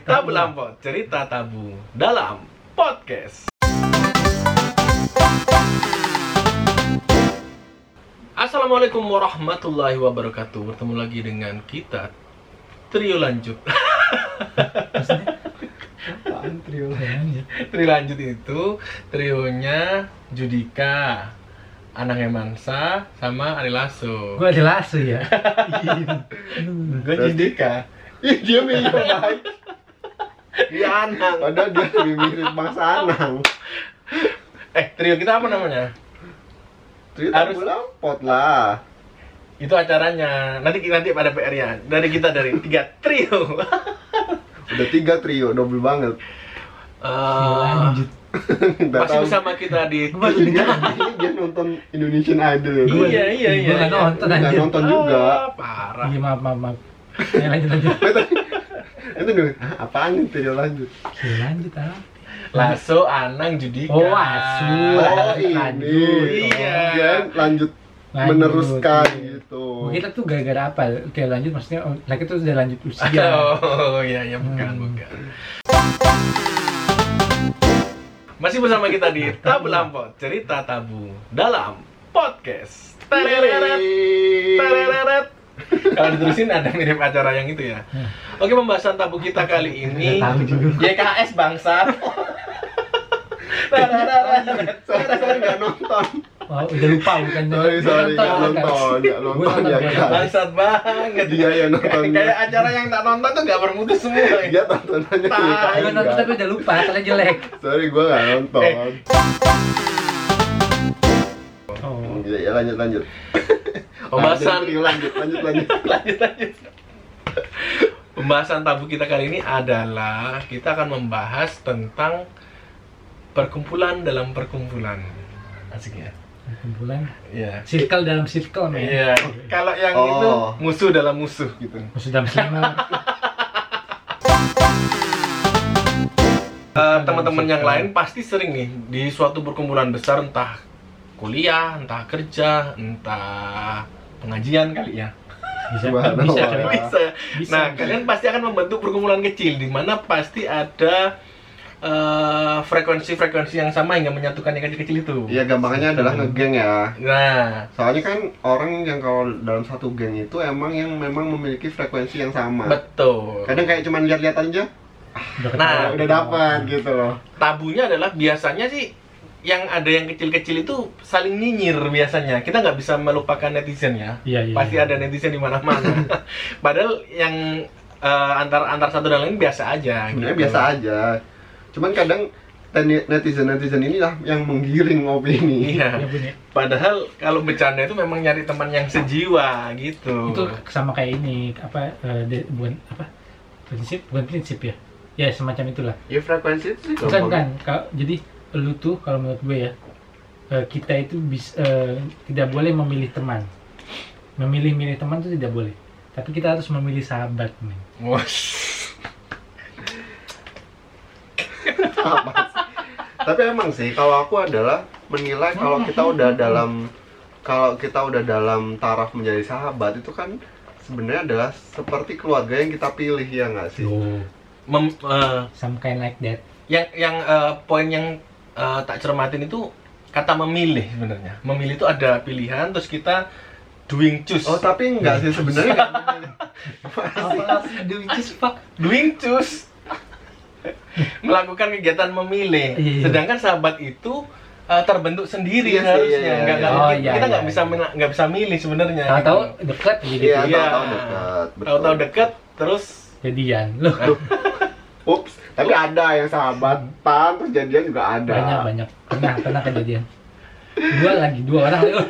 Tabu Lampot, cerita tabu dalam podcast. Assalamualaikum warahmatullahi wabarakatuh. Bertemu lagi dengan kita Trio Lanjut. Apaan trio lanjut? Trio Lanjut itu trionya Judika, Anang Emansa, sama Ari Lasso. Gue ada Lasso ya. Gue Judika. Ih, dia mirip baik. Dia Anang, padahal dia lebih mirip Mas Anang. Trio kita apa namanya? Trio Harus- Tabu Lampot lah. Itu acaranya. Nanti pada PR-nya. Dari kita dari 3 trio. Udah 3 trio, double banget. Lanjut. Nggak Masih tahu. bersama kita di Dia nonton Indonesian Idol. Iya. Gue nggak nonton Nggak anjir. nonton juga. Parah. Iya maaf. Ya, lanjut. Itu dong, apaan nih trio lanjut? Trio lanjut ah. Lasso, Anang, Judika. Oh, Asu. Oh, Lanjut. ini. Iya. Dia lanjut meneruskan gitu. Kita tuh gara-gara apa? Trio lanjut maksudnya laki tuh udah lanjut usia. Oh, iya bukan. Masih bersama kita di Tabu Lampot, cerita tabu dalam podcast. Tereret. Kalau diterusin ada mirip acara yang itu ya. Oke, pembahasan tabu kita kali ini Nggak tahu juga. YKS bangsat. Saya nggak nonton. Oh, udah lupa bukan? Sorry, nggak nonton ya kan. Bangsat banget. Dia yang nonton. Kayak acara yang tak nonton tuh nggak bermutu semua. Dia tontonannya Tai. YKS, Gue nonton kan? tapi udah lupa, soalnya jelek. Sorry, gue nggak nonton. Oh. Ya lanjut. Pembahasan lanjut. lanjut. Pembahasan tabu kita kali ini adalah kita akan membahas tentang perkumpulan dalam perkumpulan. Asik ya? Kumpulan. Iya. Circle dalam circle, men. Iya. Kalau yang Oh. itu musuh dalam musuh gitu. Musuh dalam semua. Teman-teman yang lain pasti sering nih di suatu perkumpulan besar, entah kuliah, entah kerja, entah pengajian kali ya. Bisa. Subhanallah. Bisa. Bisa. Nah, kalian pasti akan membentuk perkumpulan kecil di mana pasti ada frekuensi-frekuensi yang sama hingga menyatukan yang kecil-kecil itu. Iya, gampangnya adalah ngegeng ya. Nah, Soalnya kan orang yang kalau dalam satu geng itu emang yang memang memiliki frekuensi yang sama. betul. Kadang kayak cuman lihat-lihat aja, Nah, udah dapat gitu loh. Tabunya adalah biasanya sih yang ada yang kecil-kecil itu saling nyinyir biasanya. Kita nggak bisa melupakan netizen ya. Iya. Pasti ada netizen di mana-mana. Padahal yang antar satu dan lain biasa aja. Sebenarnya gitu. biasa aja. Cuman kadang netizen inilah yang menggiring opini. Iya. Iya, bener. Padahal kalau bercanda itu memang nyari teman yang sejiwa gitu. Itu sama kayak ini bukan prinsip ya. Ya semacam itulah. Ya frekuensi itu sih Bukan gampang. jadi lu tuh kalau menurut gue ya, kita itu tidak boleh memilih teman. Memilih teman itu tidak boleh. Tapi kita harus memilih sahabat, men. Wos. Apa sih? Tapi emang sih kalau aku adalah menilai kalau kita udah dalam taraf menjadi sahabat itu kan sebenarnya adalah seperti keluarga yang kita pilih, ya nggak sih? Some kind like that. Yang poin yang tak cermatin itu kata memilih sebenarnya. Memilih itu ada pilihan terus kita doing choose. Oh, tapi enggak sih sebenarnya nggak memilih. Apa sih doing this fuck? Doing choose. Melakukan kegiatan memilih. Iya. Sedangkan sahabat itu terbentuk sendiri Iya sih, harusnya. iya, Nggak- iya. nggak- Oh, kita iya, nggak iya, bisa iya. nggak bisa milih sebenarnya. Tahu-tahu gitu. dekat aja gitu. Iya, Iya. tahu-tahu dekat. betul. Tahu-tahu deket terus Jadian. Loh, Ups, tapi ada yang sahabatan terus jadian juga ada. banyak. Pernah kejadian. Dua orang. Loh.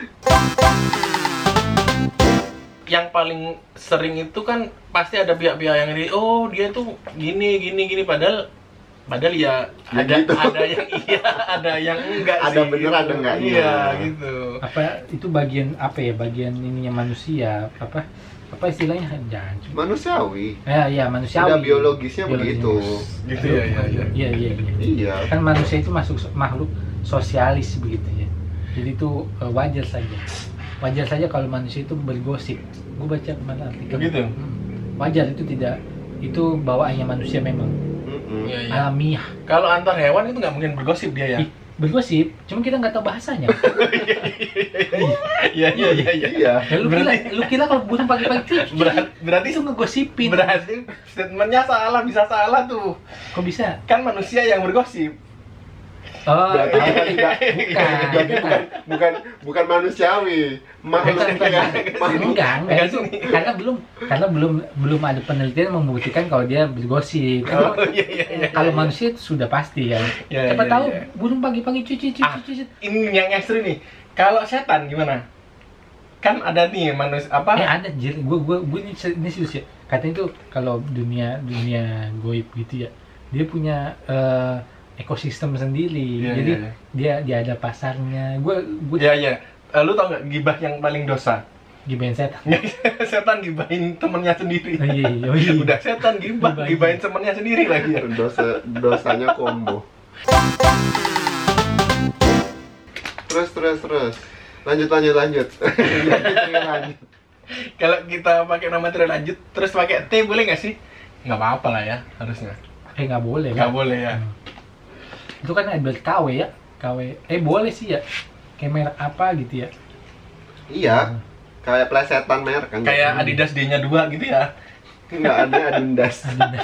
yang paling sering itu kan pasti ada pihak-pihak yang ini, oh dia tuh gini padahal ya Ya ada gitu. ada yang iya ada yang enggak Ada sih, bener, gitu. ada enggaknya. Iya gitu. Apa itu bagian apa ya? Bagian ininya manusia. Apa istilahnya? Jangan. Manusiawi. Iya, manusiawi. Udah biologisnya begitu. Gitu ya. Iya. Iya. Kan manusia itu makhluk sosialis begitu ya. Jadi itu wajar saja kalau manusia itu bergosip. Gue baca kemana artikel. Begitu? Wajar itu tidak itu bawaannya manusia memang Mm-mm. Iya, iya. alamiah. Kalau antar hewan itu nggak mungkin bergosip dia ya. Ih, bergosip, cuma kita nggak tahu bahasanya. Iya, iya, iya, iya. Iya. Ya, lu kira kalau burung pagi-pagi cuy, Berarti itu ngegosipin. berarti statementnya salah, bisa salah tuh. Kok bisa? Kan manusia yang bergosip. Oh, Berarti kita tidak bukan. bukan manusiawi. Makhluk Enggak itu karena belum ada penelitian membuktikan kalau dia bergosip. Oh, iya, iya, iya. Kalau manusia itu sudah pasti kan. Iya, Siapa iya, tahu iya. burung pagi-pagi cuci. Ini yang ekstrim nih. Kalau setan gimana? Kan ada nih manusia apa? Ada jir, gue ini serius ya. Katanya tuh kalau dunia goib gitu ya, dia punya ekosistem sendiri. Iya, Jadi iya, dia ada pasarnya. Gue Iya, iya. Lu tau nggak gibah yang paling dosa? gibain setan. Setan gibahin temennya sendiri. Oh, iya. Udah setan gibah, Gibahin. gibahin temennya sendiri lagi ya. Dosanya combo. Terus. Lanjut. Lanjut. Kalau kita pakai nama tidak lanjut, terus pakai T boleh nggak sih? Nggak apa-apa lah ya, harusnya. Nggak boleh Nggak kan? boleh ya. Itu kan ada KW ya. Boleh sih ya. Kayak merek apa gitu ya. Iya. Kayak plesetan merek kan. Kayak Adidas D-nya 2 gitu ya. Enggak ada Adindas. Adidas.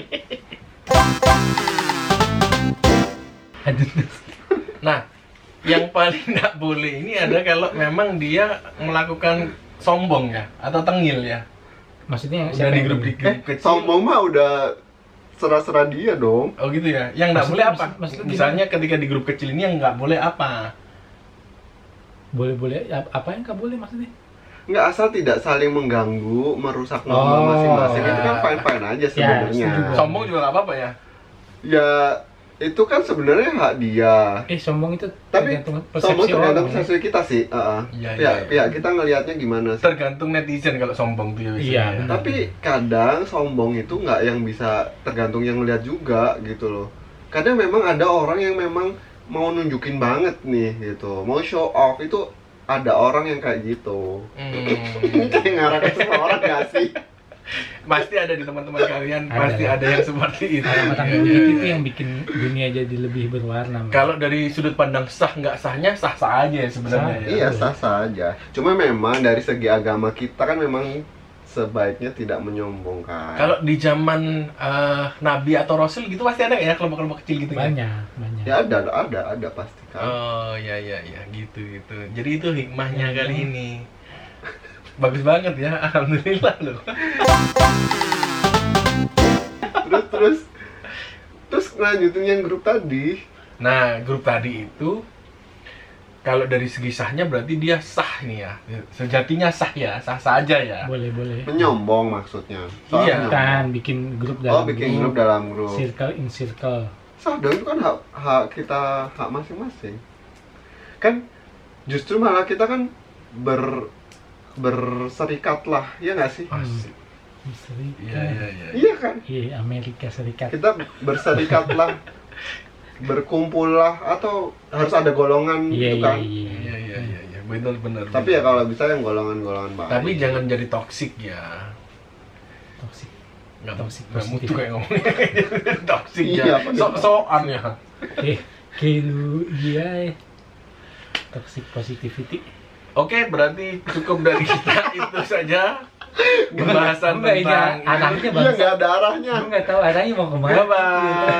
Adidas. Nah, yang paling nggak boleh ini ada kalau memang dia melakukan sombong ya, atau tengil ya. Maksudnya Udah siapa di yang grup boleh? di grup kecil. Sombong mah udah serah-serah dia dong. Oh gitu ya. Yang nggak boleh apa? Maksudnya Misalnya ketika di grup kecil ini yang nggak boleh apa? Boleh apa yang nggak boleh maksudnya? Nggak, asal tidak saling mengganggu, merusak norma Oh, masing-masing. ya. Itu kan fine-fine aja sebenarnya. setuju. Sombong juga nggak apa-apa ya. Ya, itu kan sebenarnya hak dia. Sombong itu Tapi tergantung sombong persepsi tergantung orang. persepsi kita sih. Iya, Ya, iya. kita ngelihatnya gimana sih. Tergantung netizen kalau sombong tuh ya biasanya. Iya, ya. benar. Tapi kadang sombong itu nggak yang bisa tergantung yang ngelihat juga gitu loh. Kadang memang ada orang yang memang mau nunjukin banget nih gitu, mau show off. Itu ada orang yang kayak gitu. Kayak ngarah ke semua orang nggak sih? Pasti ada di teman-teman kalian, Ada. pasti ada yang seperti itu. Orang-orang Iya, begitu iya, itu iya. yang bikin dunia jadi lebih berwarna. Mas. Kalau dari sudut pandang sah nggak sahnya sah-sah aja ya sebenarnya ya. Iya, sah-sah aja. Cuma memang dari segi agama kita kan memang sebaiknya tidak menyombongkan. Kalau di zaman Nabi atau Rasul gitu pasti ada ya kelompok-kelompok kecil gitu kan? banyak. Ya ada pasti kan. Oh ya gitu. Jadi itu hikmahnya kali ini. Bagus banget ya, alhamdulillah loh. Terus lanjutin yang grup tadi. Nah, grup tadi itu kalau dari segi sahnya berarti dia sah nih ya. Sejatinya sah ya, sah saja ya. Boleh. Menyombong maksudnya. Iya. menyombong. Kan bikin grup Oh, dalam bikin grup dalam grup. Circle in circle. Sah dong, itu kan hak kita, hak masing-masing. Kan justru malah kita kan berserikat lah, ya nggak sih? Asik. Serikat. Iya. Iya kan? Iya, Amerika Serikat. Kita berserikat lah, berkumpul lah, atau harus ada golongan gitu kan? Iya. Benar. Tapi ya kalau bisa yang golongan-golongan baik. Tapi jangan jadi toksik ya. Toxic. Nggak Toxic nggak positif. mutu kayak ngomongnya. Toksik Iya, ya. apa gitu? Sok-sokan ya. Kelu iya. Toxic positivity. Oke, berarti cukup dari kita itu saja pembahasan Enggak, ini tentang arahnya Iya, bangsa. nggak ada arahnya. Gue nggak tahu arahnya mau kemana. Bye-bye.